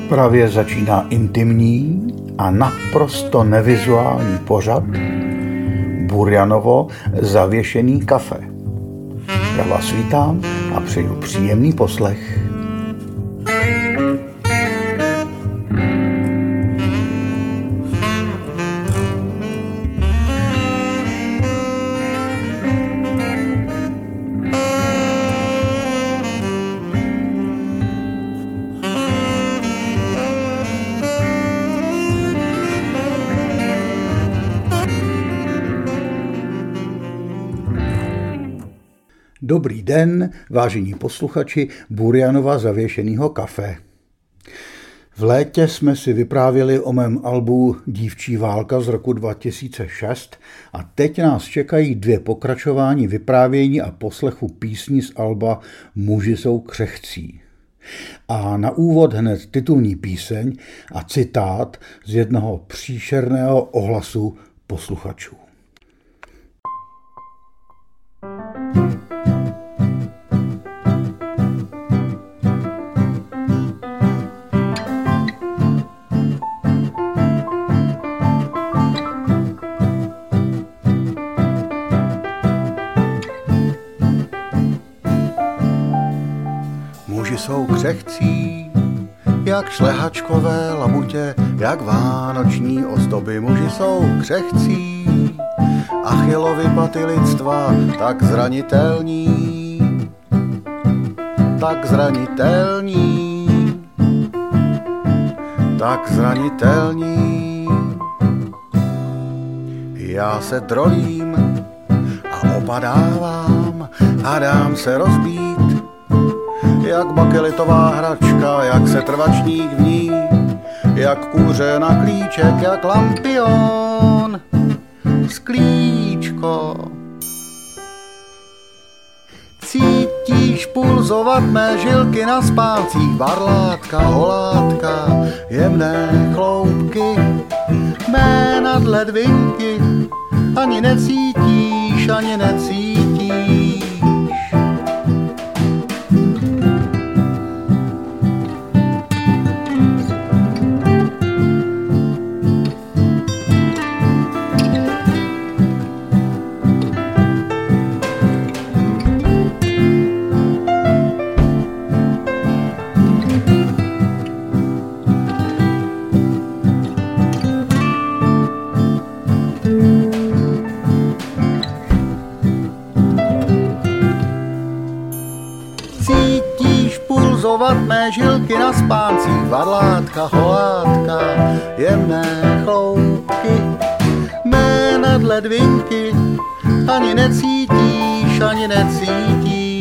Právě začíná intimní a naprosto nevizuální pořad Burjanovo zavěšený kafe. Já vás vítám a přeju příjemný poslech. Dobrý den, vážení posluchači Burjanova zavěšenýho kafe. V létě jsme si vyprávěli o mém albu Dívčí válka z roku 2006 a teď nás čekají 2 pokračování vyprávění a poslechu písní z alba Muži jsou křehcí. A na úvod hned titulní píseň a citát z jednoho příšerného ohlasu posluchačů. Muži jsou křehcí, jak šlehačkové labutě, jak vánoční ozdoby. Muži jsou křehcí, Achillovy paty lidstva, tak zranitelní, tak zranitelní, tak zranitelní. Já se drolím a opadávám a dám se rozbít, jak bakelitová hračka, jak setrvačník v ní, jak kůře na klíček, jak lampion, sklíčko. Cítíš pulzovat mé žilky na spáncích, varlátka, holátka, jemné chloupky, mé nadledvinky, ani necítíš, ani necítíš. Mé žilky na spáncích, varlátka, holátka, jemné chloupky, mé nadledvinky, ani necítíš, ani necítíš.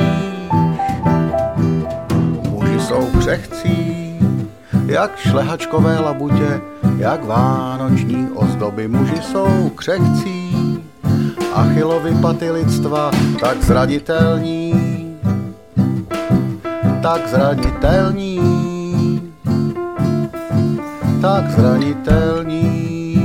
Muži jsou křehcí, jak šlehačkové labutě, jak vánoční ozdoby. Muži jsou křehcí, Achillovy paty lidstva, tak zranitelní, tak zranitelní, tak zranitelní.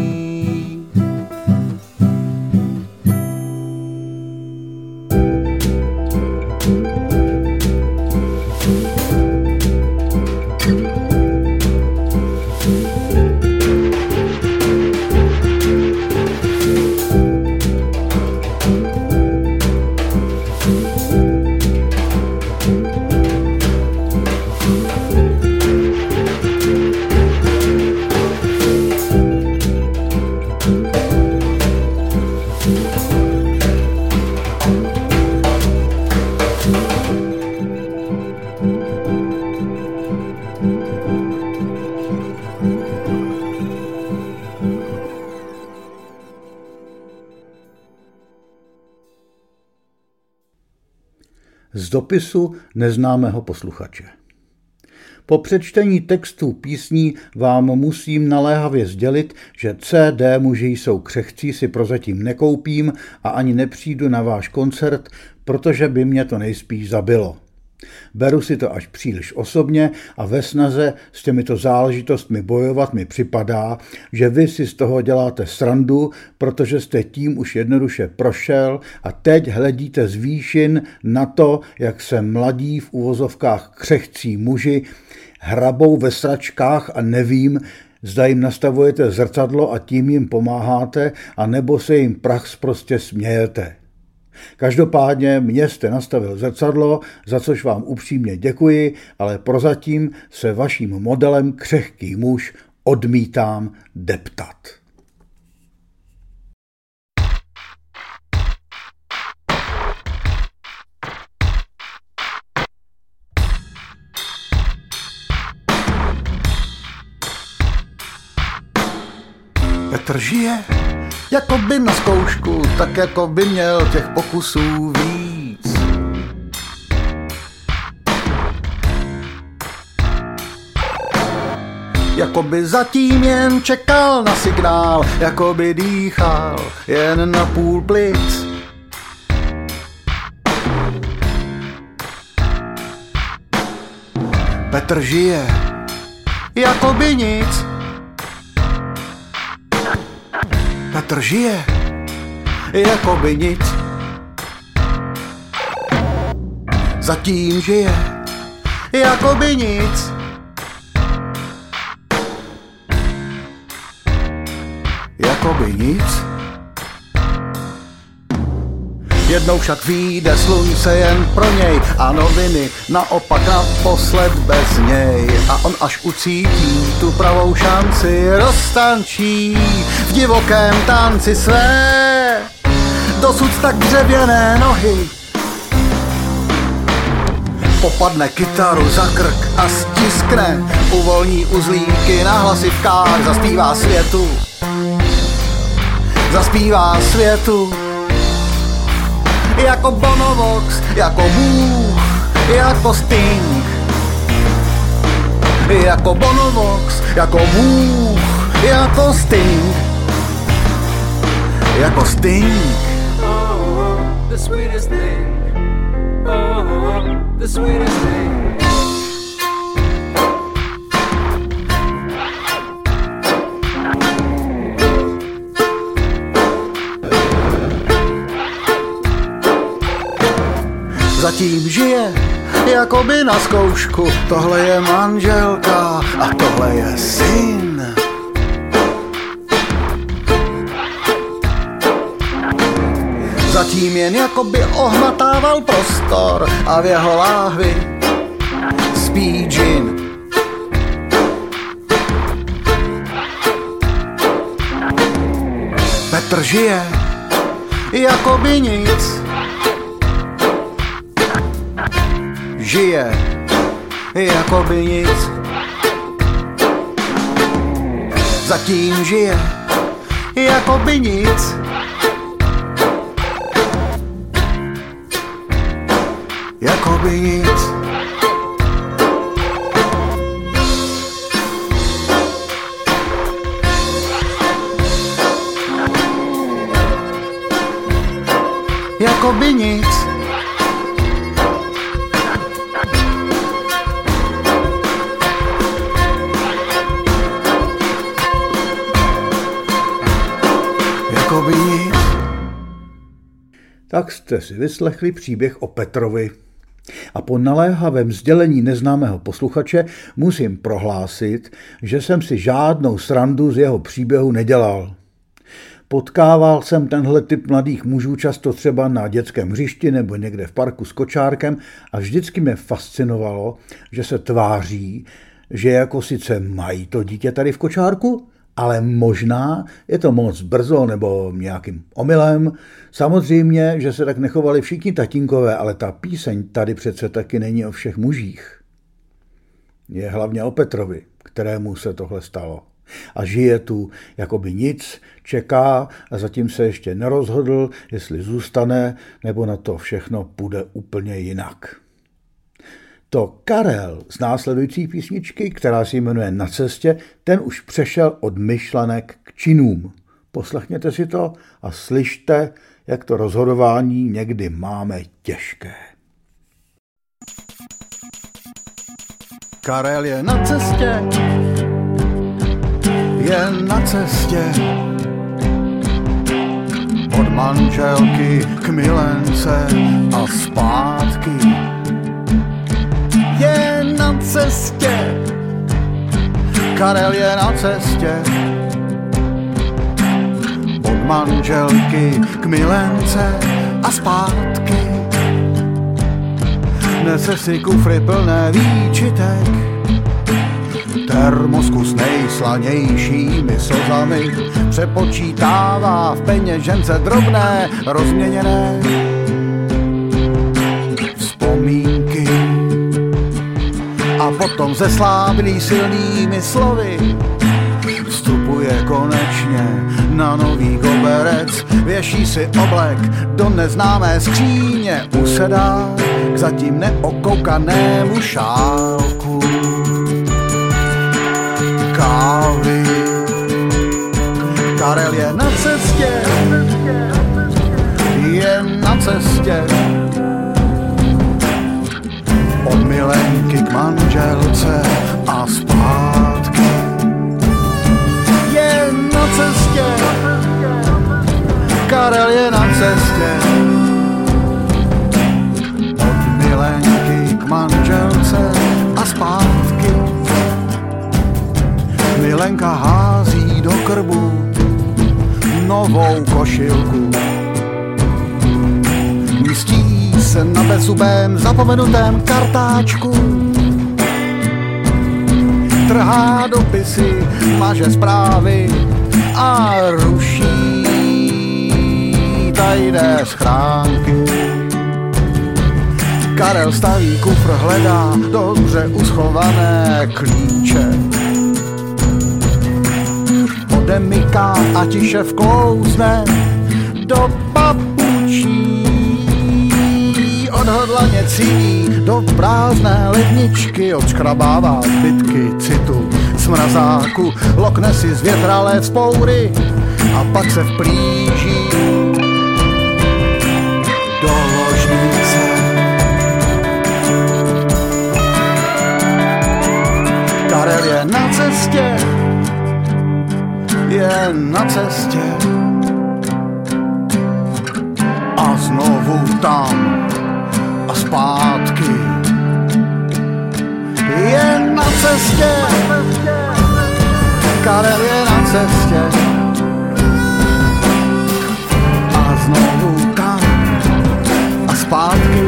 Z dopisu neznámého posluchače. Po přečtení textů písní vám musím naléhavě sdělit, že CD Muži jsou křehcí si prozatím nekoupím a ani nepřijdu na váš koncert, protože by mě to nejspíš zabilo. Beru si to až příliš osobně a ve snaze s těmito záležitostmi bojovat mi připadá, že vy si z toho děláte srandu, protože jste tím už jednoduše prošel a teď hledíte z výšin na to, jak se mladí v uvozovkách křehcí muži hrabou ve sračkách a nevím, zda jim nastavujete zrcadlo a tím jim pomáháte, anebo se jim prachsprostě smějete. Každopádně mě jste nastavil zrcadlo, za což vám upřímně děkuji, ale prozatím se vaším modelem křehký muž odmítám deptat. Petr žije, jako by na zkoušku, tak jako by měl těch pokusů víc. Jako by zatím jen čekal na signál, jako by dýchal jen na půl plic. Petr žije, jako by nic. Petr žije, jako by nic. Zatím žije, jako by nic. Jako by nic. Jednou však vyjde slunce jen pro něj a noviny naopak naposled bez něj. A on až ucítí tu pravou šanci, roztančí v divokém tanci své dosud tak dřevěné nohy. Popadne kytaru za krk a stiskne, uvolní uzlíky na hlasivkách, zaspívá světu. Zaspívá světu. Jako Bonovox, jako Bůh, jako Sting. Jako Bonovox, jako Bůh, jako Sting. Jako Sting. Oh, the sweetest thing. Oh, the sweetest thing. Zatím žije, jako by na zkoušku. Tohle je manželka a tohle je syn. Zatím jen jako by ohmatával prostor a v jeho láhvi spí džin. Petr žije, jako by nic. Žije, jako by nic. Zatím žije, jako by nic. Jako by nic. Jako by nic. Tak jste si vyslechli příběh o Petrovi. A po naléhavém sdělení neznámého posluchače musím prohlásit, že jsem si žádnou srandu z jeho příběhu nedělal. Potkával jsem tenhle typ mladých mužů často třeba na dětském hřišti nebo někde v parku s kočárkem a vždycky mě fascinovalo, že se tváří, že jako sice mají to dítě tady v kočárku, ale možná je to moc brzo nebo nějakým omylem. Samozřejmě, že se tak nechovali všichni tatínkové, ale ta píseň tady přece taky není o všech mužích. Je hlavně o Petrovi, kterému se tohle stalo. A žije tu jakoby nic, čeká a zatím se ještě nerozhodl, jestli zůstane, nebo na to všechno půjde úplně jinak. To Karel z následující písničky, která se jmenuje Na cestě, ten už přešel od myšlenek k činům. Poslechněte si to a slyšte, jak to rozhodování někdy máme těžké. Karel je na cestě, je na cestě. Od manželky k milence a zpátky. Je na cestě, Karel je na cestě od manželky k milence a zpátky. Nese si kufry plné výčitek, termosku s nejslanějšími slzami, přepočítává v peněžence drobné rozměněné vzpomínky. A potom ze sláblý silnými slovy vstupuje konečně na nový koberec, věší si oblek do neznámé skříně, usedá k zatím neokoukanému šálku kávy. Karel je na cestě, je na cestě od milenky k manželce a zpátky. Je na cestě, Karel je na cestě od milenky k manželce a zpátky. Milenka hází do krbu novou košilku, místí se na bezzubém zapomenutém kartáčku, trhá dopisy, maže zprávy a ruší tajné schránky. Karel staví kufr, hledá dobře uschované klíče, odemyká a tiše vklouzne do papučí, odhodlaně cílí do prázdné ledničky, odškrabává zbytky citu z mrazáku, lokne si zvětralé vzpoury a pak se vplíží do ložnice. Karel je na cestě, je na cestě a znovu tam a zpátky. Je na cestě, Karel je na cestě a znovu tam a zpátky.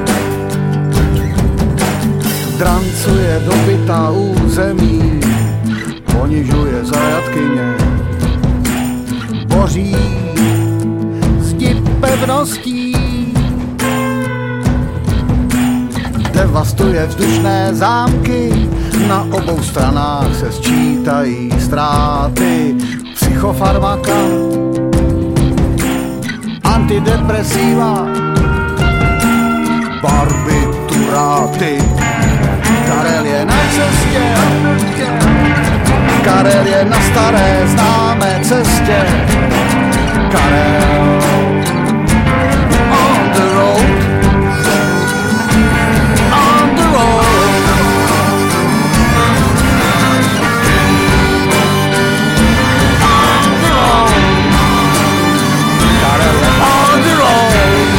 Drancuje dobytá území, ponižuje zajatkyně, boří zdi pevností, devastuje vzdušné zámky, na obou stranách se sčítají ztráty psychofarmaka, antidepresiva, barbituráty. Karel je na cestě, Karel je na staré známé cestě, Karel on the road, on the road, on the road, Karel je on the road.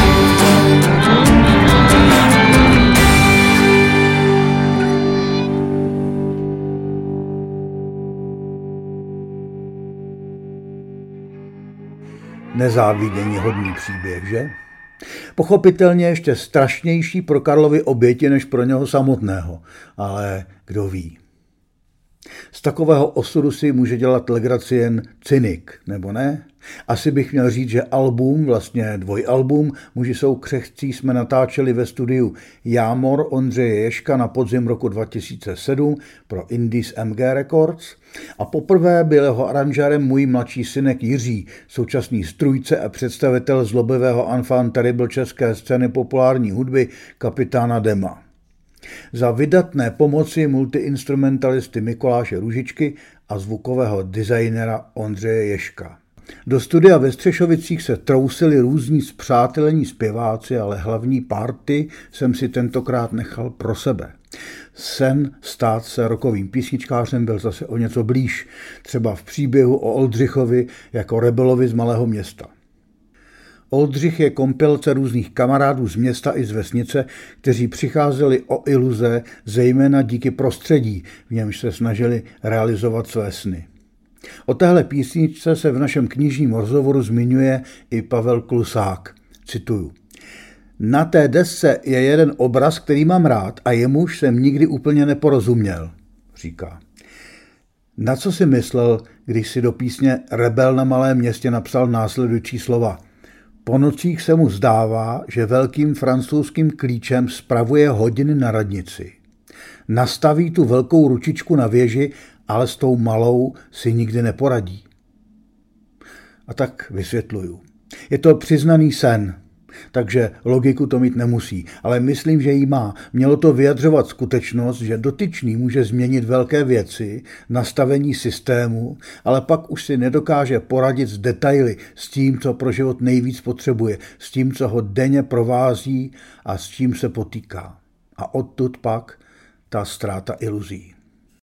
Nezávidění hodný příběh, že? Pochopitelně ještě strašnější pro Karlovy oběti než pro něho samotného, ale kdo ví. Z takového osudu si může dělat legraci jen cynik, nebo ne? Asi bych měl říct, že album, vlastně dvojalbum Muži jsou křehcí jsme natáčeli ve studiu Jámor Ondřeje Ježka na podzim roku 2007 pro Indies MG Records a poprvé byl jeho aranžérem můj mladší synek Jiří, současný strůjce a představitel zlobivého enfant terrible české scény populární hudby kapitána Dema. Za vydatné pomoci multiinstrumentalisty Mikoláše Růžičky a zvukového designera Ondřeje Ježka. Do studia ve Střešovicích se trousili různí spřátelení zpěváci, ale hlavní party jsem si tentokrát nechal pro sebe. Sen stát se rockovým písničkářem byl zase o něco blíž, třeba v příběhu o Oldřichovi jako rebelovi z malého města. Oldřich je kompilace různých kamarádů z města i z vesnice, kteří přicházeli o iluze, zejména díky prostředí, v němž se snažili realizovat své sny. O téhle písničce se v našem knižním rozhovoru zmiňuje i Pavel Klusák. Cituju. Na té desce je jeden obraz, který mám rád a jemuž jsem nikdy úplně neporozuměl, říká. Na co si myslel, když si do písně Rebel na malém městě napsal následující slova? Po nocích se mu zdává, že velkým francouzským klíčem spravuje hodiny na radnici. Nastaví tu velkou ručičku na věži, ale s tou malou si nikdy neporadí. A tak vysvětluju. Je to přiznaný sen, takže logiku to mít nemusí, ale myslím, že ji má. Mělo to vyjadřovat skutečnost, že dotyčný může změnit velké věci, nastavení systému, ale pak už si nedokáže poradit s detaily, s tím, co pro život nejvíc potřebuje, s tím, co ho denně provází a s čím se potýká. A odtud pak ta ztráta iluzí.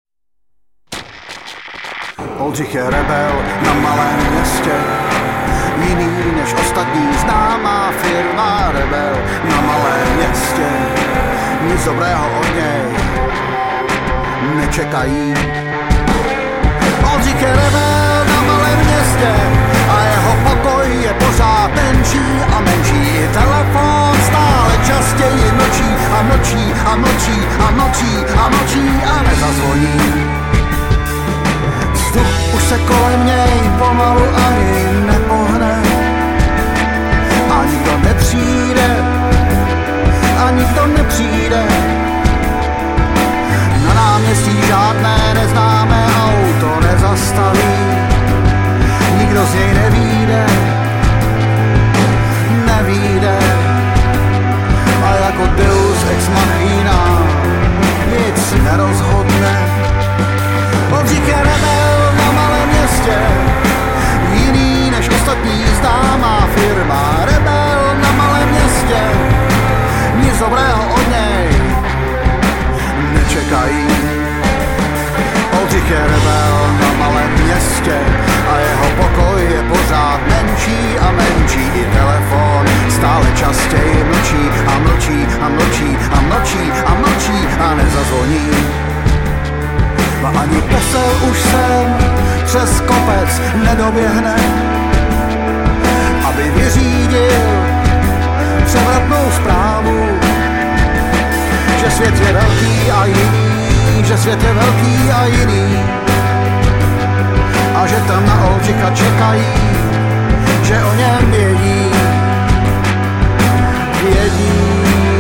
Oldřich je rebel na malém městě, jiný než ostatní, známá firma. Rebel na malém městě, nic dobrého od něj nečekají. Oldřich je rebel na malém městě a jeho pokoj je pořád menší a menší. Telefon stále častěji mlčí a mlčí a mlčí a mlčí a mlčí a nezazvoní. Vzduch už se kolem něj pomalu ani nepohne a nikdo nepřijde, a nikdo nepřijde. Na náměstí žádné neznámé auto nezastaví, nikdo z něj nevyjde, nevyjde. A jako Deus ex machina nic nerozhodne. Oldřich je rebel na malém městě, jiný než ostatní, známá firma. Rebel na malém městě, nic dobrého od něj nečekají. Oldřich je rebel na malém městě a jeho pokoj je pořád menší a menší. I telefon stále častěji mlčí a mlčí a mlčí a mlčí a mlčí a nezazvoní. A ani posel už sem přes kopec nedoběhne, aby vyřídil převratnou zprávu, že svět je velký a jiný, že svět je velký a jiný a že tam na Oldřicha čekají, že o něm vědí, vědí.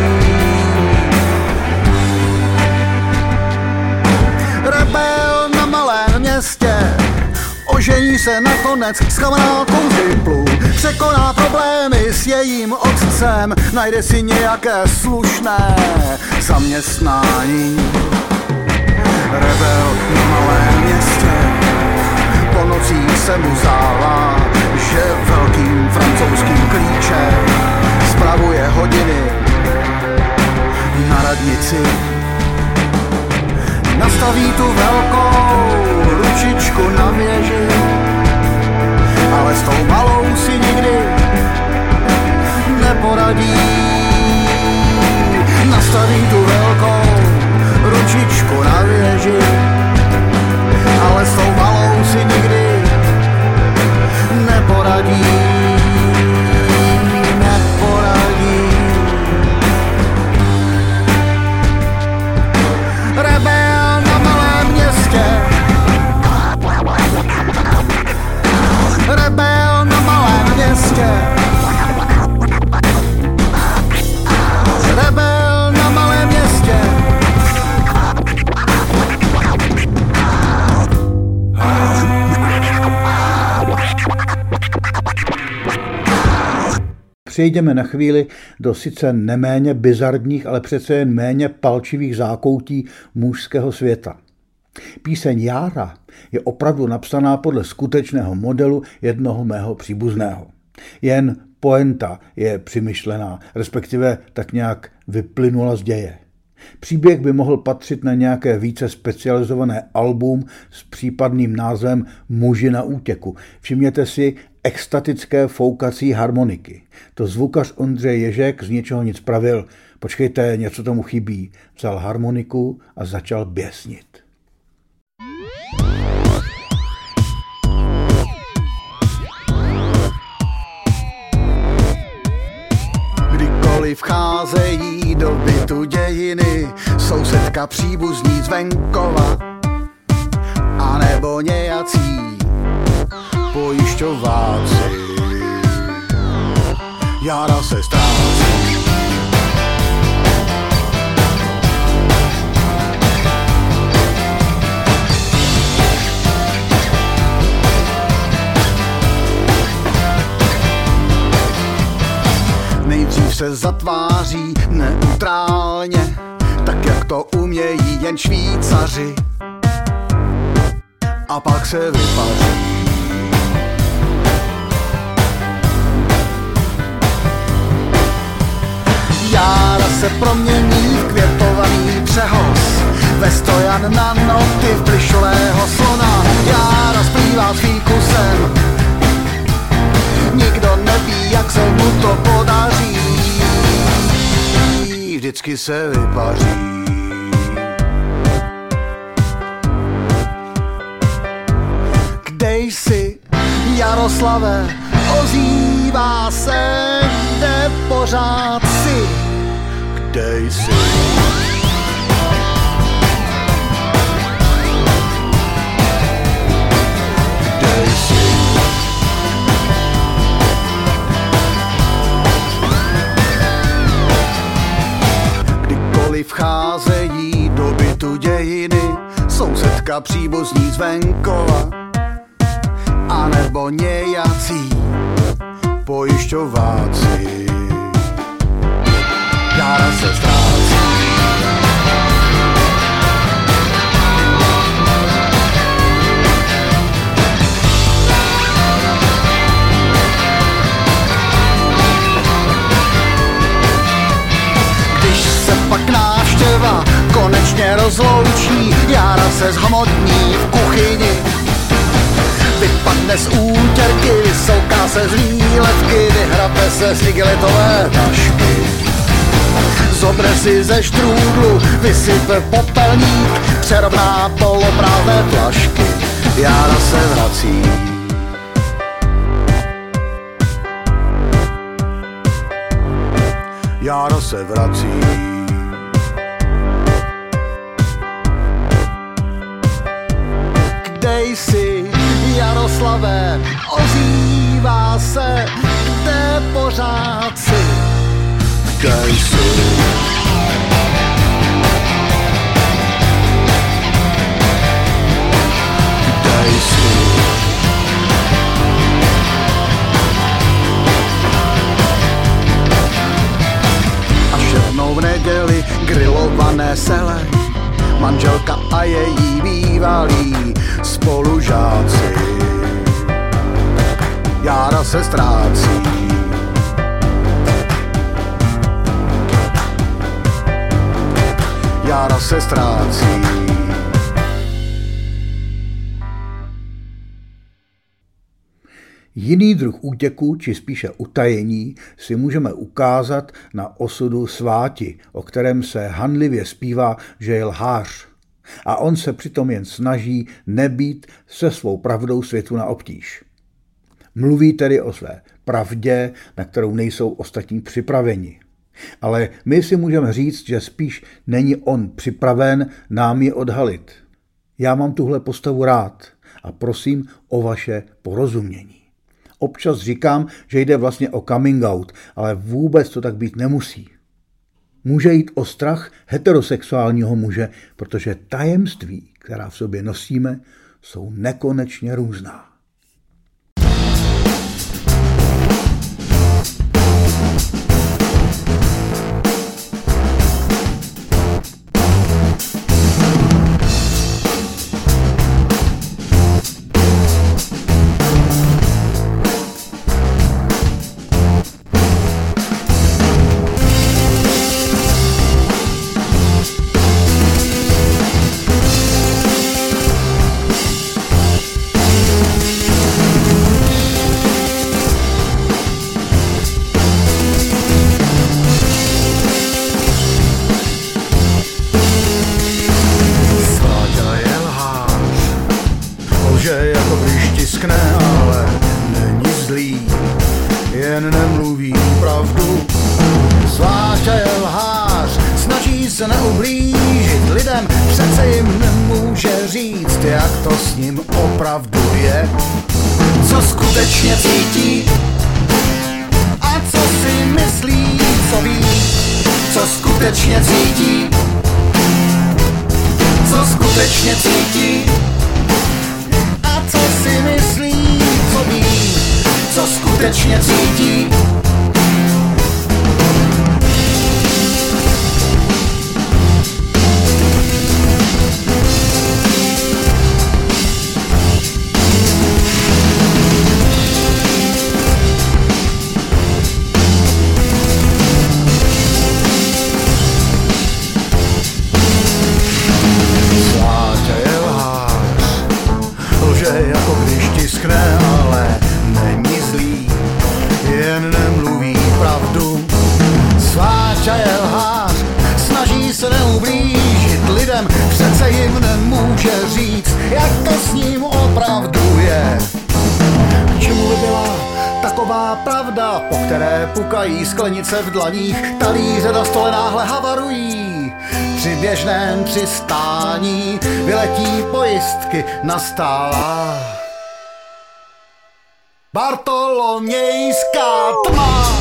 Rebel na malém městě ožení se nakonec s kamarádkou z Gimplu, překoná problémy s jejím otcem, najde si nějaké slušné zaměstnání. Rebel na malém městě, po nocích se mu zdává, že velkým francouzským klíčem spravuje hodiny na radnici. Nastaví tu velkou ručičku na věži, ale s tou malou si nikdy neporadí. Nastaví tu velkou ručičku na věži, ale s tou malou si nikdy neporadí. Neporadí. Rebel na malém městě, rebel na malém městě, rebel na malém městě. Přejdeme na chvíli do sice neméně bizarních, ale přece jen méně palčivých zákoutí mužského světa. Píseň Jára je opravdu napsaná podle skutečného modelu jednoho mého příbuzného. Jen poenta je přimyšlená, respektive tak nějak vyplynula z děje. Příběh by mohl patřit na nějaké více specializované album s případným názvem Muži na útěku. Všimněte si extatické foukací harmoniky. To zvukař Ondřej Ježek z ničeho nic pravil. Počkejte, něco tomu chybí. Vzal harmoniku a začal běsnit. Vcházejí do bytu dějiny, sousedka příbuzní z venkova, anebo nějací pojišťováci. Jára se ztrácí. Nejdřív se zatváří neutrálně, tak jak to umějí jen Švýcaři, a pak se vypaří. Jára se promění v květovaný přehoz, ve stojan na noty v plišového slona. Jára zpívá s fíkusem, nikdo neví, jak se mu to podaří, vždycky se vypaří. Kde jsi, Jaroslave, ozývá se, kde pořád jsi, kde jsi. Vcházejí do bytu dějiny, sousedka příbuzní z venkova, anebo nějací pojišťováci. Jára se ztrácí. Pak návštěva konečně rozloučí, Jára se zhmotní v kuchyni, vypadne z útěrky, vysouká se z výletky, vyhrabe se z igelitové tašky, zobere si ze štrůdlu, vysype popelník, přerovná poloprázdné flašky. Jára se vrací. Jára se vrací. Kde jsi, Jaroslave, ozývá se, kde pořád jsi, kde jsi. Kde jsi. Až jednou v neděli grilované sele, manželka a její bývalí spolužáci. Jára se ztrácí. Jára se ztrácí. Jiný druh útěku, či spíše utajení, si můžeme ukázat na osudu Sváti, o kterém se hanlivě zpívá, že je lhář. A on se přitom jen snaží nebýt se svou pravdou světu na obtíž. Mluví tedy o své pravdě, na kterou nejsou ostatní připraveni. Ale my si můžeme říct, že spíš není on připraven nám ji odhalit. Já mám tuhle postavu rád a prosím o vaše porozumění. Občas říkám, že jde vlastně o coming out, ale vůbec to tak být nemusí. Může jít o strach heterosexuálního muže, protože tajemství, která v sobě nosíme, jsou nekonečně různá. ublížit lidem, přece jim nemůže říct, jak to s ním opravdu je. Co skutečně cítí a co si myslí, co ví, co skutečně cítí, co skutečně cítí a co si myslí, co ví, co skutečně cítí. Jako když tiskne, ale není zlý, jen nemluví pravdu. Sváťa je lhář, snaží se neublížit lidem, přece jim nemůže říct, jak to s ním opravdu je. K čemu by byla taková pravda, po které pukají sklenice v dlaních, talíře na stole náhle havarují. Při běžném přistání vyletí pojistky na stála. Bartolomějská tma.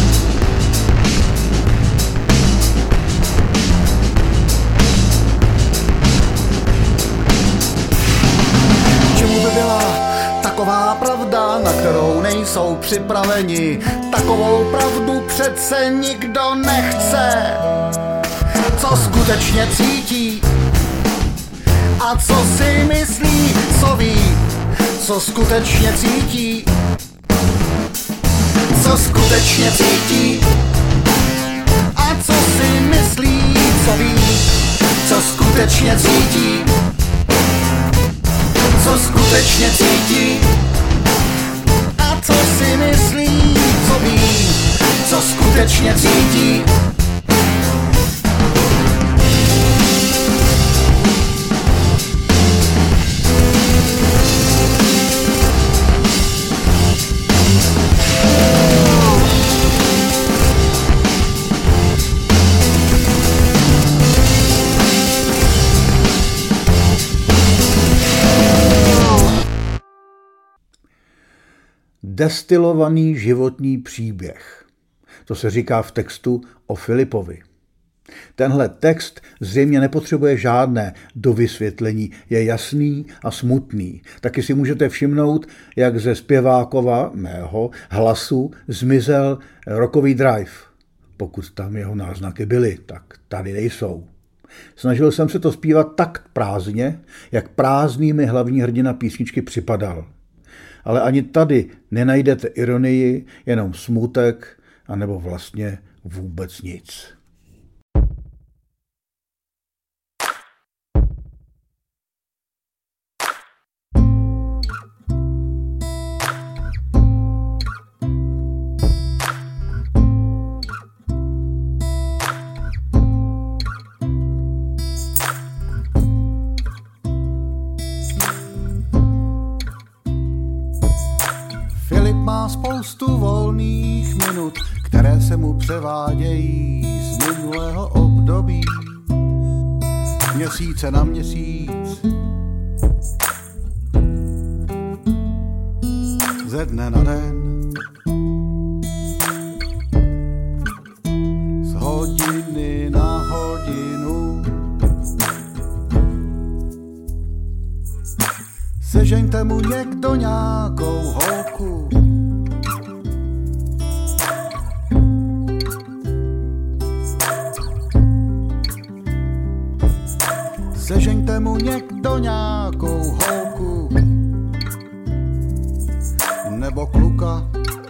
Čemu by byla taková pravda, na kterou nejsou připraveni? Takovou pravdu přece nikdo nechce. Co skutečně cítí a co si myslí, co ví, co skutečně cítí, co skutečně cítí a co si myslí, co ví, co skutečně cítí, co skutečně cítí a co si myslí, co ví, co skutečně cítí. Destilovaný životní příběh. To se říká v textu o Filipovi. Tenhle text zřejmě nepotřebuje žádné dovysvětlení, je jasný a smutný. Taky si můžete všimnout, jak ze zpěvákova, mého, hlasu zmizel rockový drive. Pokud tam jeho náznaky byly, tak tady nejsou. Snažil jsem se to zpívat tak prázdně, jak prázdný mi hlavní hrdina písničky připadal. Ale ani tady nenajdete ironii, jenom smutek, anebo vlastně vůbec nic. Filip má spoustu volných minut, které se mu převádějí z minulého období. Měsíce na měsíc, ze dne na den, z hodiny na hodinu. Sežeňte mu někdo nějakou holku, sežeňte mu někdo nějakou holku, nebo kluka,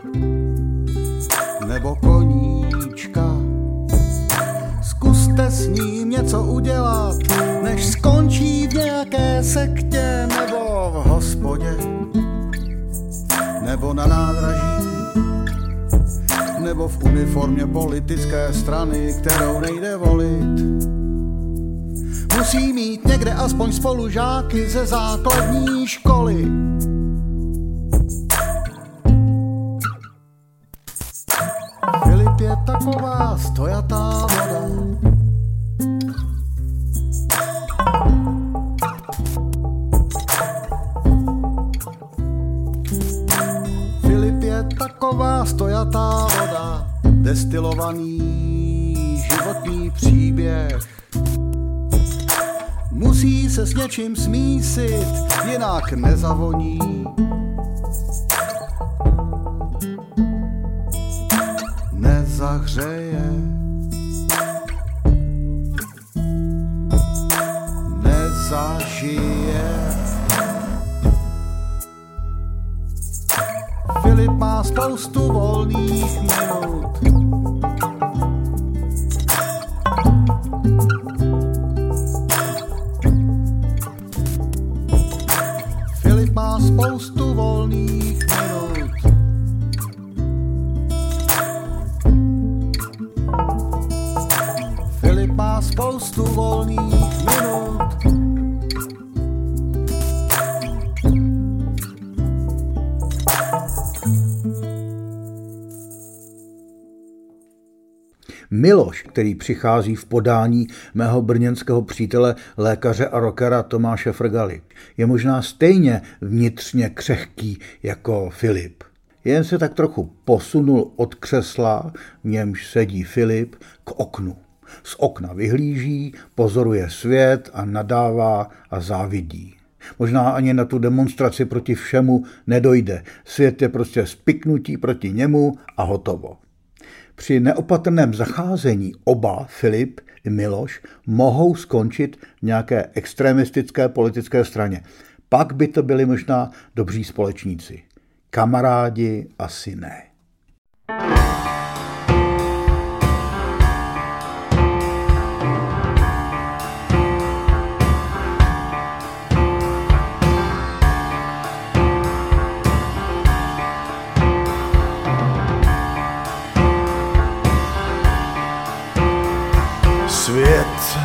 nebo koníčka. Zkuste s ním něco udělat, než skončí v nějaké sektě, nebo v hospodě, nebo na nádraží, nebo v uniformě politické strany, kterou nejde volit. Musí mít někde aspoň spolužáky ze základní školy. Filip je taková stojatá voda, destilovaný životní příběh. Musí se s něčím smísit, jinak nezavoní. Nezahřeje. Nezažije. Filip má spoustu volných minut. Filip má spoustu volných minut. Filip má spoustu volných minut. Miloš, který přichází v podání mého brněnského přítele, lékaře a rockera Tomáše Frgaly, je možná stejně vnitřně křehký jako Filip. Jen se tak trochu posunul od křesla, v němž sedí Filip, k oknu. Z okna vyhlíží, pozoruje svět a nadává a závidí. Možná ani na tu demonstraci proti všemu nedojde. Svět je prostě spiknutí proti němu a hotovo. Při neopatrném zacházení oba, Filip i Miloš, mohou skončit v nějaké extremistické politické straně. Pak by to byli možná dobří společníci. Kamarádi asi ne. Svět,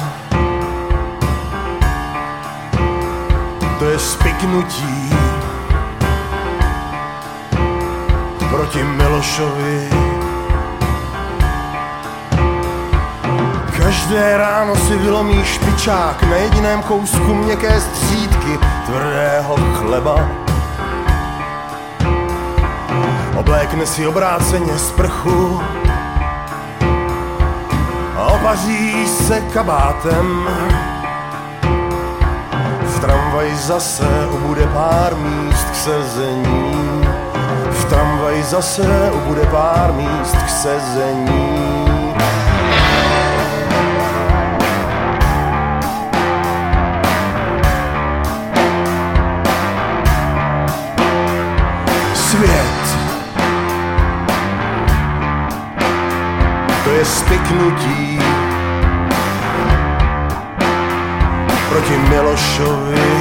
to je spiknutí proti Milošovi. Každé ráno si vylomí špičák na jediném kousku měkké střídky tvrdého chleba. Oblékne si obráceně sprchu a opaří se kabátem. V tramvaji zase ubude pár míst k sezení. V tramvaji zase ubude pár míst k sezení. Svět, to je spiknutí proti Milošovi.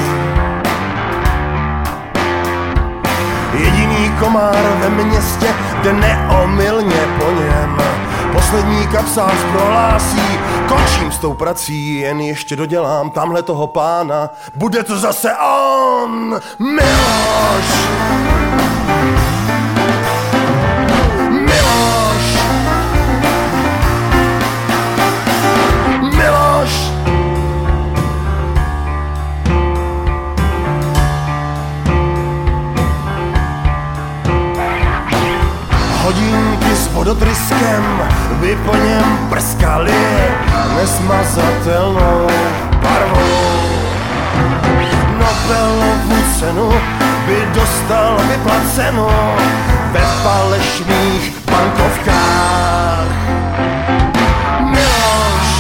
Jediný komár ve městě jde neomylně po něm. Poslední kapsář prohlásí: končím s tou prací, jen ještě dodělám tamhle toho pána. Bude to zase on, Miloš. Hodinky s vodotryskem by po něm prskaly nesmazatelnou barvou. Nobelovu cenu by dostal vyplaceno ve falešných bankovkách. Miloš,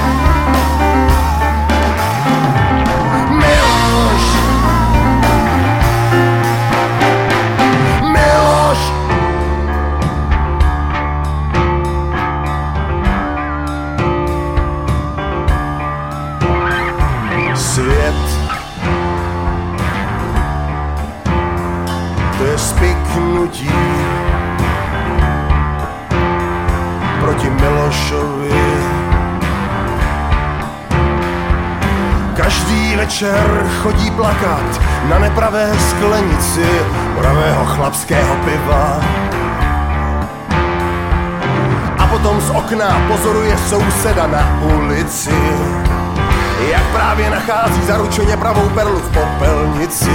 Miloš, Miloš. Svět, to je spiknutí proti Milošovi. Každý večer chodí plakat na nepravé sklenici pravého chlapského piva. A potom z okna pozoruje souseda na ulici, jak právě nachází zaručeně pravou perlu v popelnici.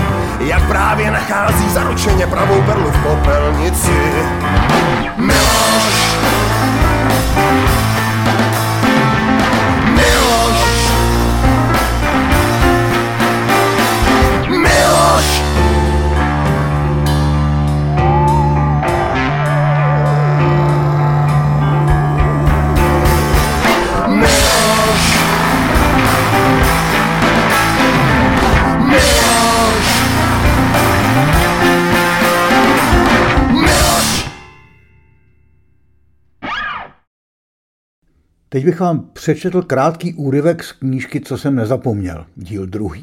Jak právě nachází zaručeně pravou perlu v popelnici. Miloš. Teď bych vám přečetl krátký úryvek z knížky Co jsem nezapomněl, díl 2.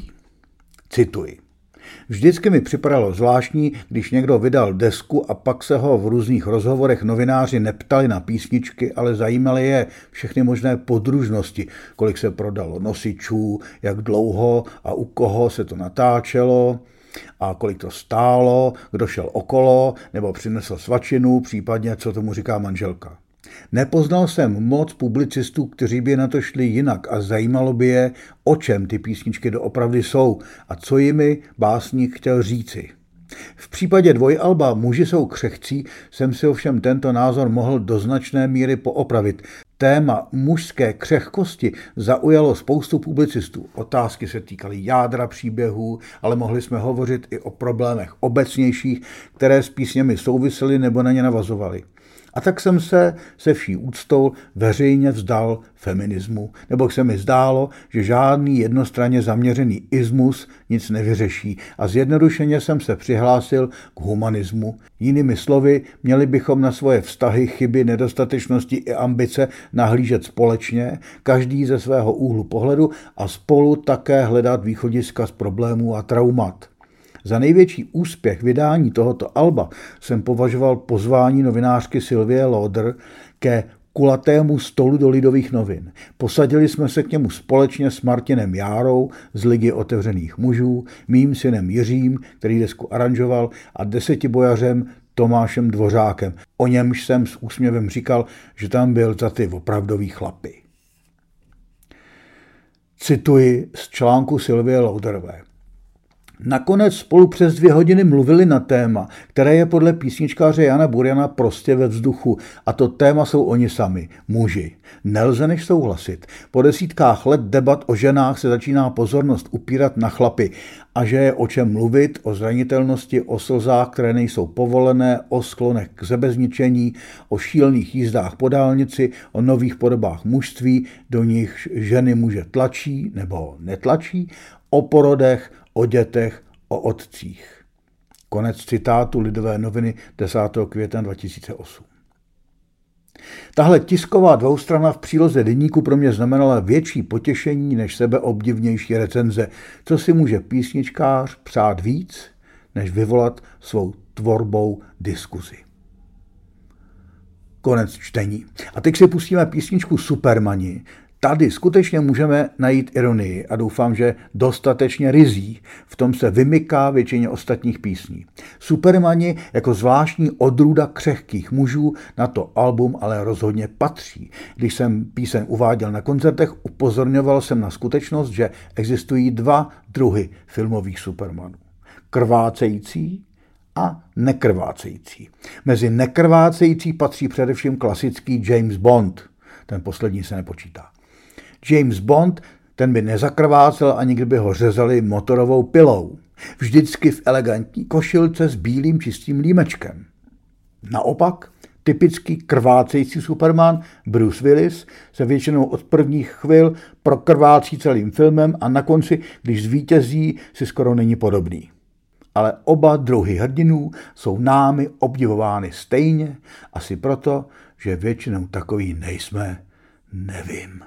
Cituji. Vždycky mi připadalo zvláštní, když někdo vydal desku a pak se ho v různých rozhovorech novináři neptali na písničky, ale zajímaly je všechny možné podružnosti, kolik se prodalo nosičů, jak dlouho a u koho se to natáčelo a kolik to stálo, kdo šel okolo nebo přinesl svačinu, případně co tomu říká manželka. Nepoznal jsem moc publicistů, kteří by na to šli jinak a zajímalo by je, o čem ty písničky doopravdy jsou a co jimi básník chtěl říci. V případě dvojalba Muži jsou křehcí jsem si ovšem tento názor mohl do značné míry poopravit. Téma mužské křehkosti zaujalo spoustu publicistů. Otázky se týkaly jádra příběhů, ale mohli jsme hovořit i o problémech obecnějších, které s písněmi souvisely nebo na ně navazovaly. A tak jsem se vší úctou veřejně vzdal feminismu, nebo se mi zdálo, že žádný jednostranně zaměřený ismus nic nevyřeší a zjednodušeně jsem se přihlásil k humanismu. Jinými slovy, měli bychom na svoje vztahy, chyby, nedostatečnosti i ambice nahlížet společně, každý ze svého úhlu pohledu a spolu také hledat východiska z problémů a traumat. Za největší úspěch vydání tohoto alba jsem považoval pozvání novinářky Sylvie Lauder ke kulatému stolu do Lidových novin. Posadili jsme se k němu společně s Martinem Járou z Ligy otevřených mužů, mým synem Jiřím, který desku aranžoval, a desetibojařem Tomášem Dvořákem. O němž jsem s úsměvem říkal, že tam byl za ty opravdový chlapy. Cituji z článku Sylvie Lauderové. Nakonec spolu přes 2 hodiny mluvili na téma, které je podle písničkáře Jana Burjana prostě ve vzduchu, a to téma jsou oni sami, muži. Nelze než souhlasit. Po desítkách let debat o ženách se začíná pozornost upírat na chlapy a že je o čem mluvit, o zranitelnosti, o slzách, které nejsou povolené, o sklonech k sebezničení, o šílených jízdách po dálnici, o nových podobách mužství, do nich ženy muže tlačí nebo netlačí, o porodech, o dětech, o otcích. Konec citátu Lidové noviny 10. května 2008. Tahle tisková dvoustrana v příloze deníku pro mě znamenala větší potěšení než sebeobdivnější recenze, co si může písničkář přát víc, než vyvolat svou tvorbou diskuzi. Konec čtení. A teď si pustíme písničku Supermani. Tady skutečně můžeme najít ironii a doufám, že dostatečně ryzí. V tom se vymyká většině ostatních písní. Supermani jako zvláštní odrůda křehkých mužů na to album ale rozhodně patří. Když jsem píseň uváděl na koncertech, upozorňoval jsem na skutečnost, že existují 2 druhy filmových supermanů. Krvácející a nekrvácející. Mezi nekrvácející patří především klasický James Bond. Ten poslední se nepočítá. James Bond, ten by nezakrvácel, ani kdyby ho řezali motorovou pilou. Vždycky v elegantní košilce s bílým čistým límečkem. Naopak, typický krvácející Superman Bruce Willis se většinou od prvních chvil prokrvácí celým filmem a na konci, když zvítězí, si skoro není podobný. Ale oba druhy hrdinů jsou námi obdivovány stejně, asi proto, že většinou takový nejsme, nevím.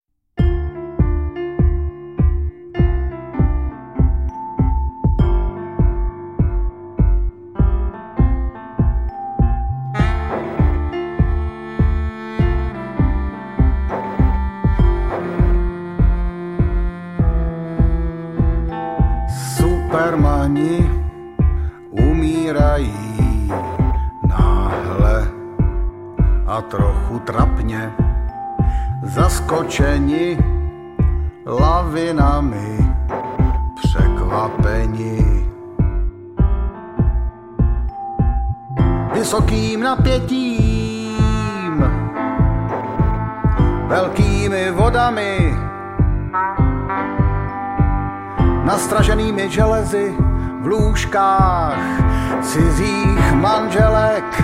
Supermani umírají náhle a trochu trapně, zaskočeni lavinami, překvapeni vysokým napětím velkými vodami, nastraženými železy v lůžkách cizích manželek.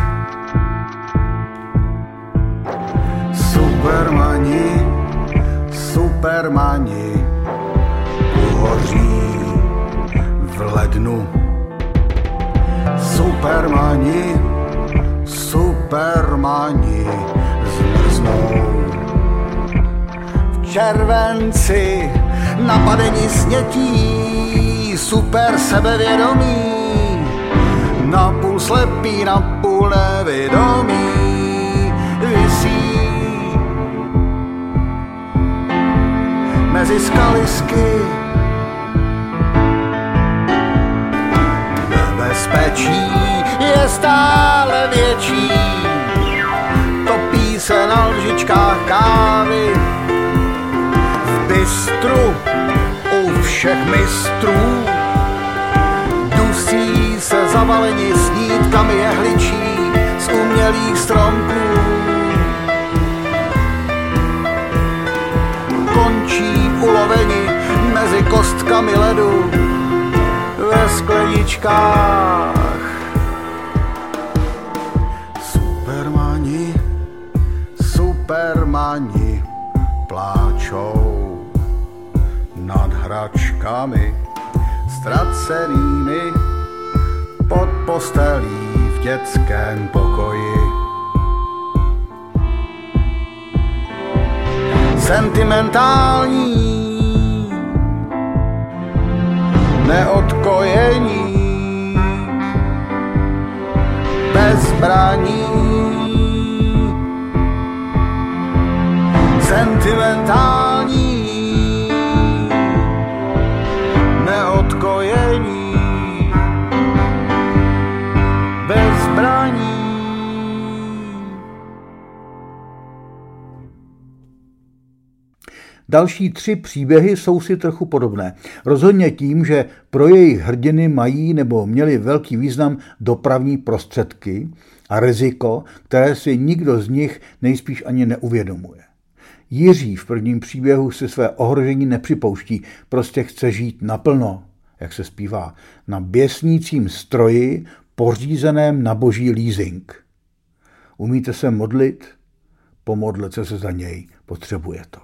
Supermani uhoří v lednu. Supermani zmrznou v červenci, napadeni snětí, super sebevědomí, napůl slepý, napůl nevědomí, visí mezi skalisky. Nebezpečí je stále větší, topí se na lžičkách kávy, v bistru u všech mistrů, dusí se zavaleni snídkami jehličí z umělých stromků. Končí uloveni mezi kostkami ledu ve skleničkách. Supermani pláčou nad hračkami ztracenými pod postelí v dětském pokoji. Sentimentální, neodkojení, bez zbraní. Sentimentální, neodkojení, bez zbraní. Další 3 příběhy jsou si trochu podobné. Rozhodně tím, že pro jejich hrdiny mají nebo měli velký význam dopravní prostředky a riziko, které si nikdo z nich nejspíš ani neuvědomuje. Jiří v prvním příběhu si své ohrožení nepřipouští, prostě chce žít naplno, jak se zpívá, na běsnícím stroji pořízeném na boží leasing. Umíte se modlit? Pomodlete se za něj, potřebuje to.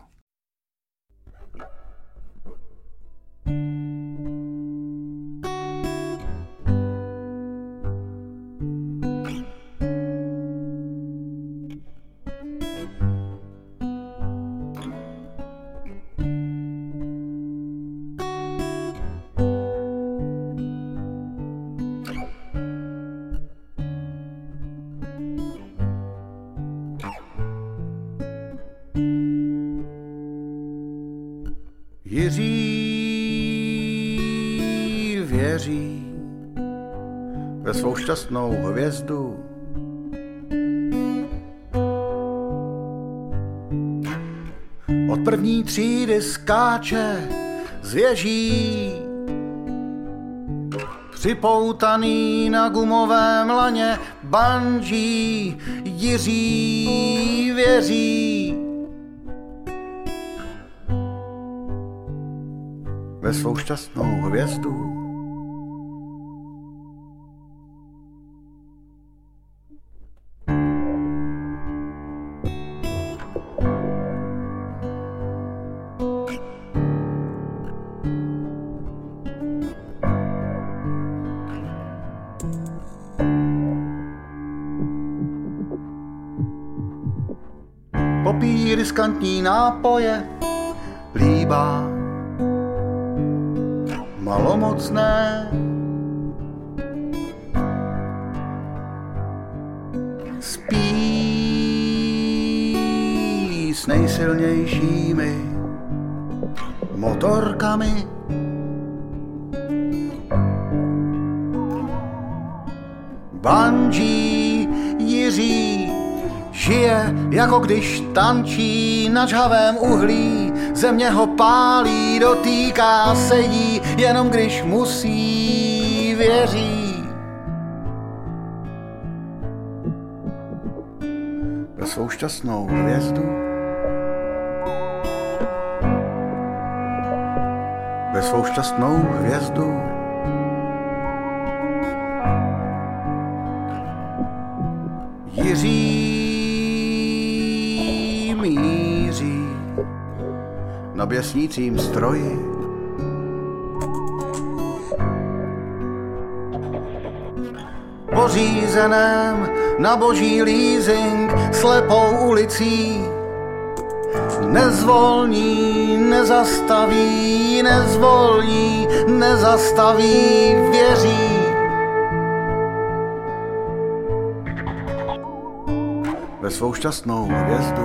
Jiří věří ve svou šťastnou hvězdu. Od první třídy skáče z věží, připoutaný na gumovém laně bungee. Jiří věří ve svou šťastnou hvězdu. Popíjí riskantní nápoje, líbá malomocné, spí s nejsilnějšími motorkami. Bungee Jiří žije, jako když tančí na žhavém uhlí. Země ho pálí, dotýká se jí, jenom když musí, věří ve svou šťastnou hvězdu. ve svou šťastnou hvězdu. Jiří míří na běsnícím stroji. Pořízeném na boží leasing slepou ulicí. Nezvolní, nezastaví, nezvolní, nezastaví, věří. Ve svou šťastnou hvězdu.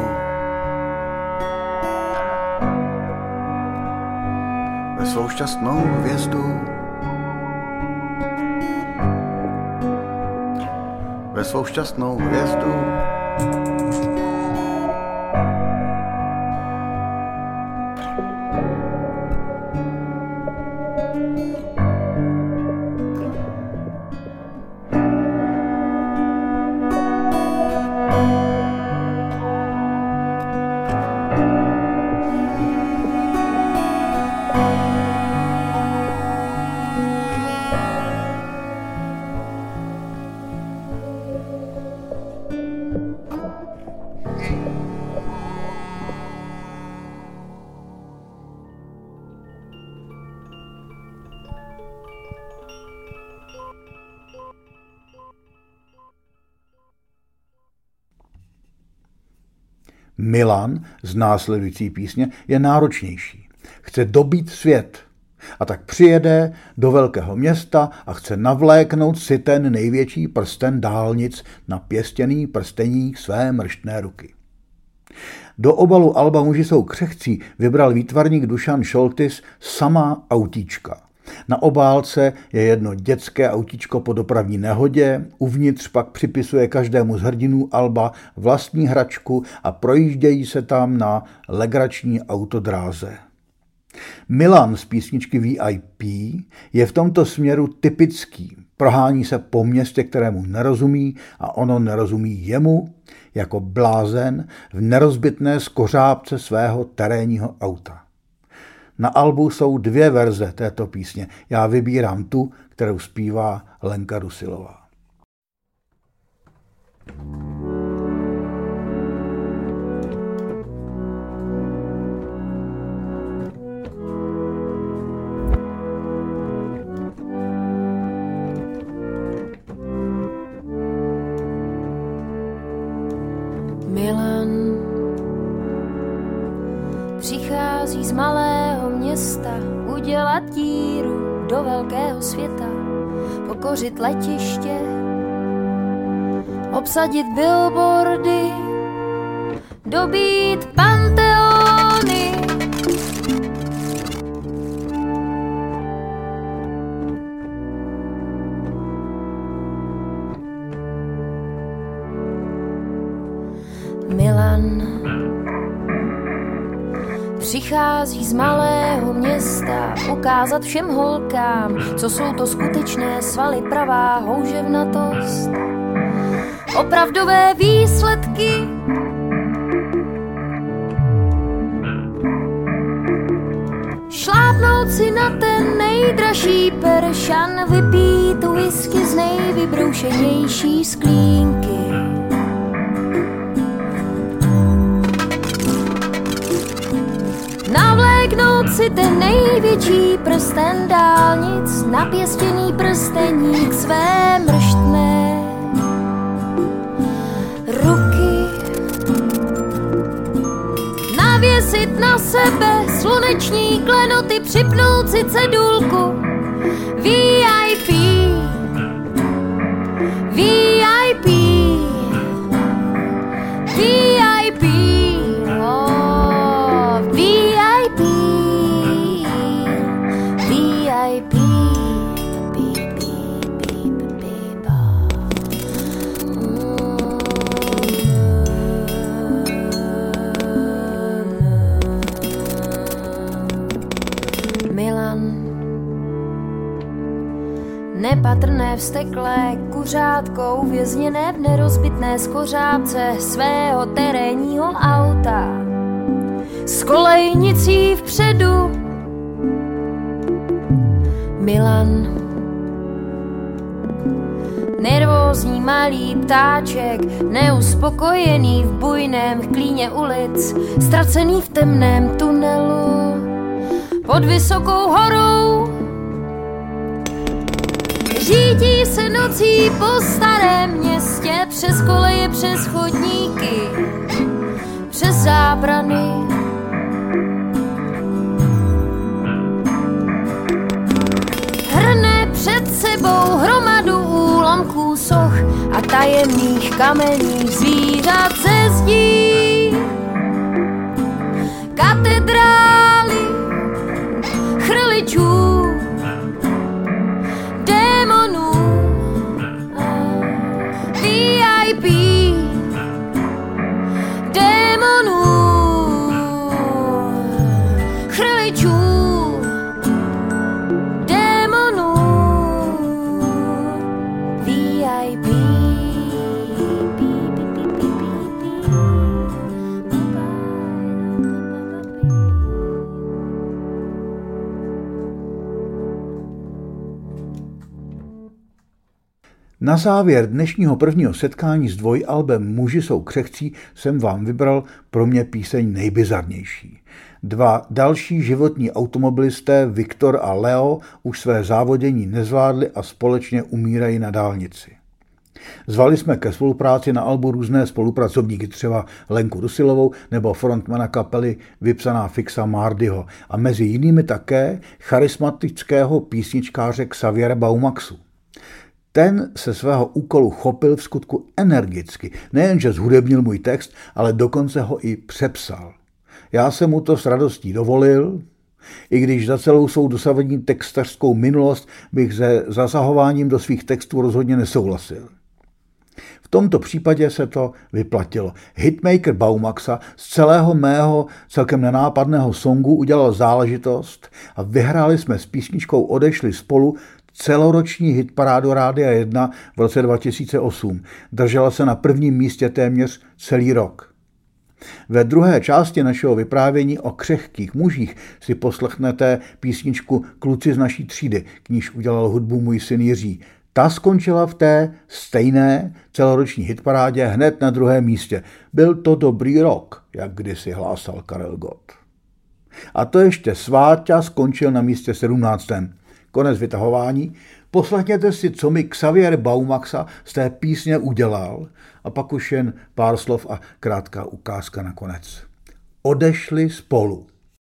Ve svou šťastnou hvězdu. Ve svou šťastnou hvězdu. Milan z následující písně je náročnější. Chce dobít svět a tak přijede do velkého města a chce navléknout si ten největší prsten dálnic na pěstěný prsteník své mrštné ruky. Do obalu alba Muži jsou křehcí vybral výtvarník Dušan Šoltis samá autíčka. Na obálce je jedno dětské autíčko po dopravní nehodě, uvnitř pak připisuje každému z hrdinů alba vlastní hračku a projíždějí se tam na legrační autodráze. Milan z písničky VIP je v tomto směru typický. Prohání se po městě, kterému nerozumí a ono nerozumí jemu, jako blázen v nerozbitné skořápce svého terénního auta. Na albu jsou 2 verze této písně. Já vybírám tu, kterou zpívá Lenka Dusilová. Milan přichází z malého města udělat díru do velkého světa, pokořit letiště, obsadit billboardy, dobít panteony. Milan přichází z malého města ukázat všem holkám, co jsou to skutečné svaly, pravá houževnatost, opravdové výsledky. Šlápnout si na ten nejdražší peršan, vypít whisky z nejvybroušenější sklínky. Navléknout si ten největší prsten dálnic, napěstěný prsteník své mrštné ruky. Navěsit na sebe sluneční klenoty, připnout si cedulku VIP, VIP, VIP, oh, VIP, VIP, beep, beep, beep, beep, Milan. Nepatrné vzteklé kuřátko uvězněné v nerozbitné skořápce svého terénního auta. S kolejnicí vpředu Milan. Nervózní malý ptáček, neuspokojený v bujném klíně ulic, ztracený v temném tunelu pod vysokou horou. Řítí se nocí po starém městě, přes koleje, přes chodníky, přes zábrany. Hrne před sebou hromadu úlomků soch a tajemných kamenných zvířat ze zdí. Katedrály chrličů, démonů, VIP, démonů, chrličů, démonů, VIP. Na závěr dnešního prvního setkání s dvojalbem Muži jsou křehcí jsem vám vybral pro mě píseň nejbizarnější. Dva další životní automobilisté, Viktor a Leo, už své závodění nezvládli a společně umírají na dálnici. Zvali jsme ke spolupráci na albu různé spolupracovníky, třeba Lenku Dusilovou nebo frontmana kapely Vypsaná fixa Mardyho a mezi jinými také charismatického písničkáře Xaviera Baumaxu. Ten se svého úkolu chopil vskutku energicky, nejenže zhudebnil můj text, ale dokonce ho i přepsal. Já jsem mu to s radostí dovolil, i když za celou svou dosavadní textařskou minulost bych se zasahováním do svých textů rozhodně nesouhlasil. V tomto případě se to vyplatilo. Hitmaker Baumaxa z celého mého celkem nenápadného songu udělal záležitost a vyhráli jsme s písničkou Odešli spolu celoroční hitparádu Rádia 1 v roce 2008. Držela se na prvním místě téměř celý rok. Ve druhé části našeho vyprávění o křehkých mužích si poslechnete písničku Kluci z naší třídy, k níž udělal hudbu můj syn Jiří. Ta skončila v té stejné celoroční hitparádě hned na druhém místě. Byl to dobrý rok, jak kdysi hlásal Karel Gott. A to ještě Sváťa skončil na místě 17. Konec vytahování. Poslechněte si, co mi Xavier Baumaxa z té písně udělal a pak už jen pár slov a krátká ukázka nakonec. Odešli spolu.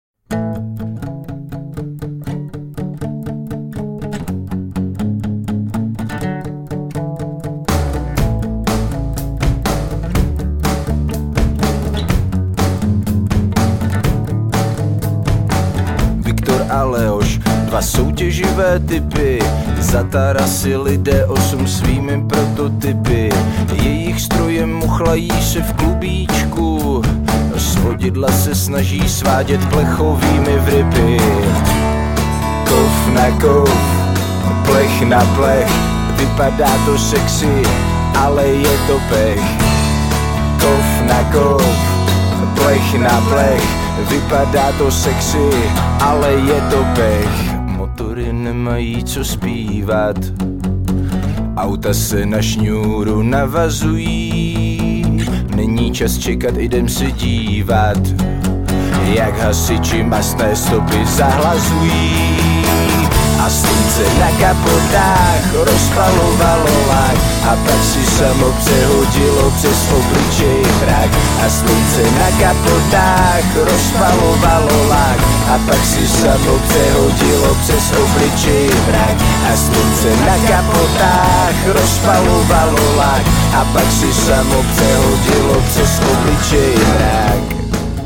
Viktor a Leoš, dva soutěživé typy, za tarasy lidé 8 svými prototypy. Jejich stroje muchlají se v klubíčku, svodidla se snaží svádět plechovými vrypy. Kov na kov, plech na plech, vypadá to sexy, ale je to pech. Kov na kov, plech na plech, vypadá to sexy, ale je to pech. Motory nemají co zpívat, auta se na šňůru navazují. Není čas čekat, jdem se dívat, jak hasiči mastné stopy zahlazují. A slunce na kapotách rozpalovalo lák a pak si samo přehodilo přes obličej mrak. A slunce na kapotách rozpalovalo lák a pak si samo přehodilo přes obličej mrak. A slunce na kapotách rozpalovalo lák a pak si samo přehodilo přes obličej mrak.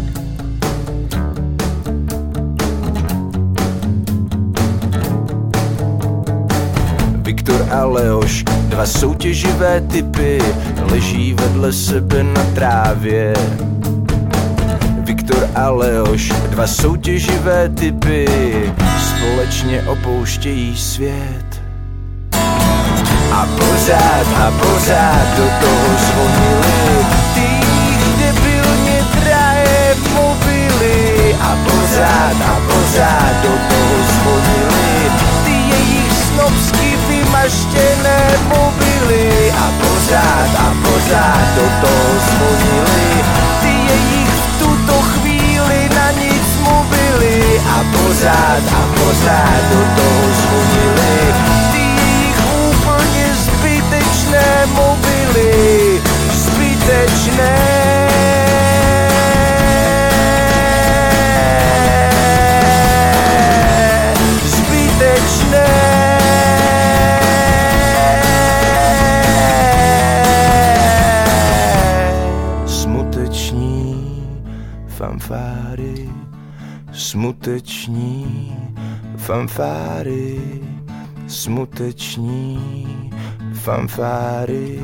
Viktor a Leoš, dva soutěživé typy, leží vedle sebe na trávě. Viktor a Leoš, dva soutěživé typy, společně opouštějí svět. A pořád do toho zvonili ty jejich debilně drahé mobily. A pořád do toho zvonili ty jejich pořád do toho zvonili. Ty jejich v tuto chvíli na nic mluvili a pořád do toho zvonili. Ty jejich úplně zbytečné mobily, zbytečné. Fanfáry, smuteční fanfáry, smuteční fanfáry,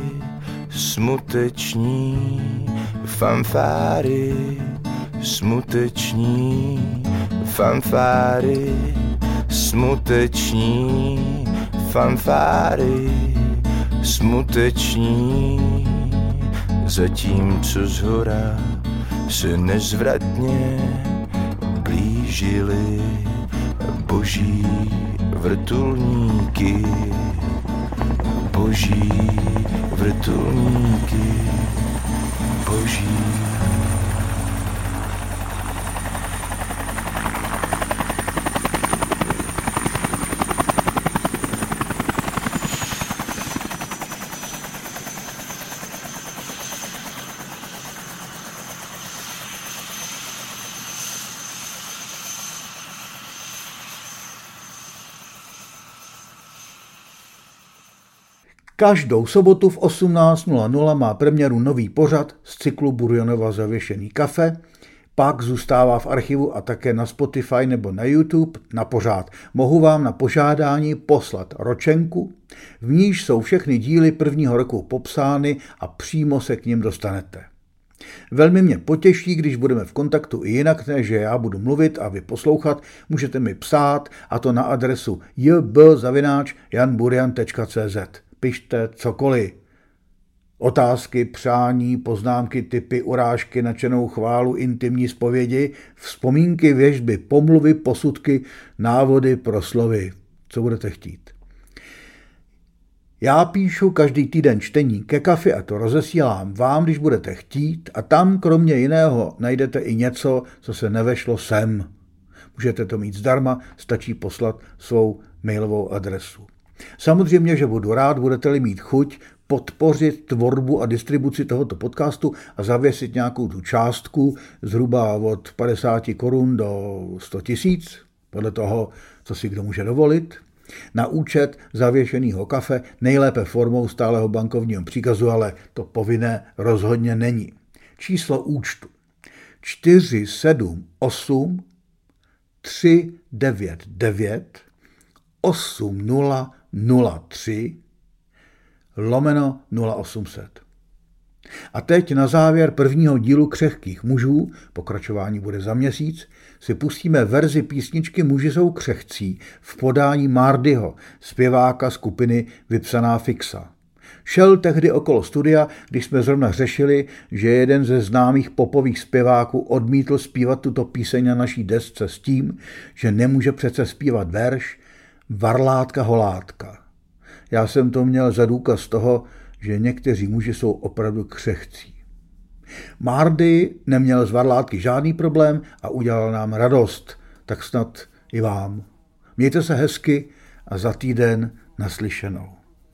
smuteční fanfáry, smuteční fanfáry, smuteční fanfáry, smuteční, zatímco zhora se nezvratně blížily boží vrtulníky, boží vrtulníky, boží. Každou sobotu v 18:00 má premiéru nový pořad z cyklu Burjonova Zavěšený kafe, pak zůstává v archivu a také na Spotify nebo na YouTube na pořád. Mohu vám na požádání poslat ročenku, v níž jsou všechny díly prvního roku popsány a přímo se k nim dostanete. Velmi mě potěší, když budeme v kontaktu i jinak, než že já budu mluvit a vy poslouchat. Můžete mi psát, a to na adresu jb@janburjan.cz. Pište cokoliv. Otázky, přání, poznámky, tipy, urážky, nadšenou chválu, intimní zpovědi, vzpomínky, věštby, pomluvy, posudky, návody, proslovy. Co budete chtít. Já píšu každý týden čtení ke kafi a to rozesílám vám, když budete chtít, a tam kromě jiného najdete i něco, co se nevešlo sem. Můžete to mít zdarma, stačí poslat svou mailovou adresu. Samozřejmě, že budu rád, budete-li mít chuť podpořit tvorbu a distribuci tohoto podcastu a zavěsit nějakou tu částku zhruba od 50 korun do 100 000, podle toho, co si kdo může dovolit, na účet Zavěšenýho kafe, nejlépe formou stálého bankovního příkazu, ale to povinné rozhodně není. Číslo účtu 478 399 8003 /0800. A teď na závěr prvního dílu Křehkých mužů, pokračování bude za měsíc, si pustíme verzi písničky Muži jsou křehcí v podání Mardyho, zpěváka skupiny Vypsaná fixa. Šel tehdy okolo studia, když jsme zrovna řešili, že jeden ze známých popových zpěváků odmítl zpívat tuto píseň na naší desce s tím, že nemůže přece zpívat verš Varlátka holátka. Já jsem to měl za důkaz toho, že někteří muži jsou opravdu křehcí. Mardy neměl z Varlátky žádný problém a udělal nám radost, tak snad i vám. Mějte se hezky a za týden naslyšenou.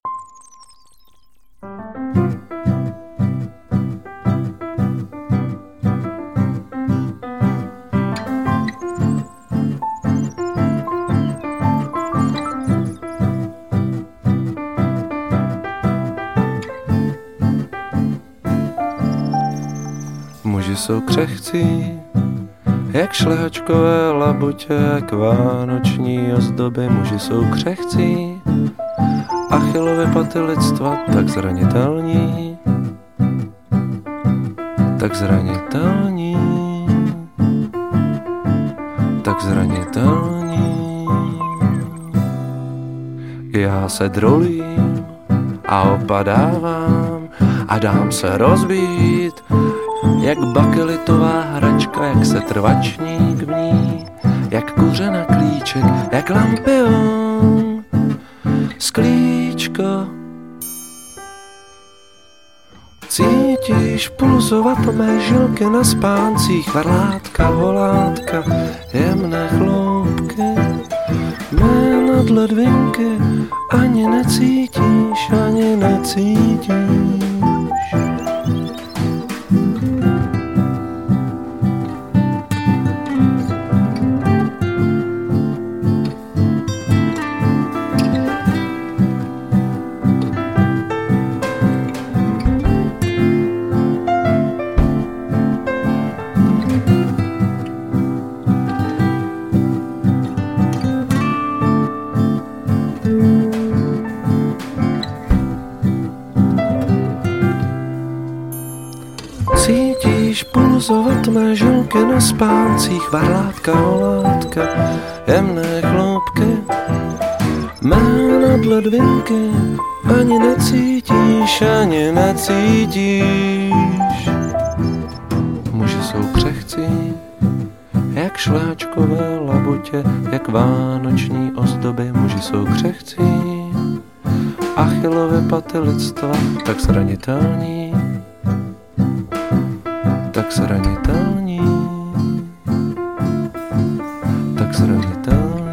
Muži jsou křehcí, jak šlehačkové labutě, jak vánoční ozdoby. Muži jsou křehcí, Achillovy paty lidstva, tak zranitelní, tak zranitelní, tak zranitelní. Já se drolím a opadávám a dám se rozbít, jak bakelitová hračka, jak setrvačník v ní, jak kuře na klíček, jak lampion, sklíčko. Cítíš pulzovat mé žilky na spáncích, varlátka, holátka, jemné chloupky, mé nadledvinky, ani necítíš, ani necítíš. Cítíš pulzovat mé žilky na spáncích, varlátka, holátka, jemné chloupky, mé nadledvinky, ani necítíš, ani necítíš. Muži jsou křehcí, jak šláčkové labutě, jak vánoční ozdoby. Muži jsou křehcí, Achillovy paty lidstva, tak zranitelní, tak zranitelní, tak zranitelní.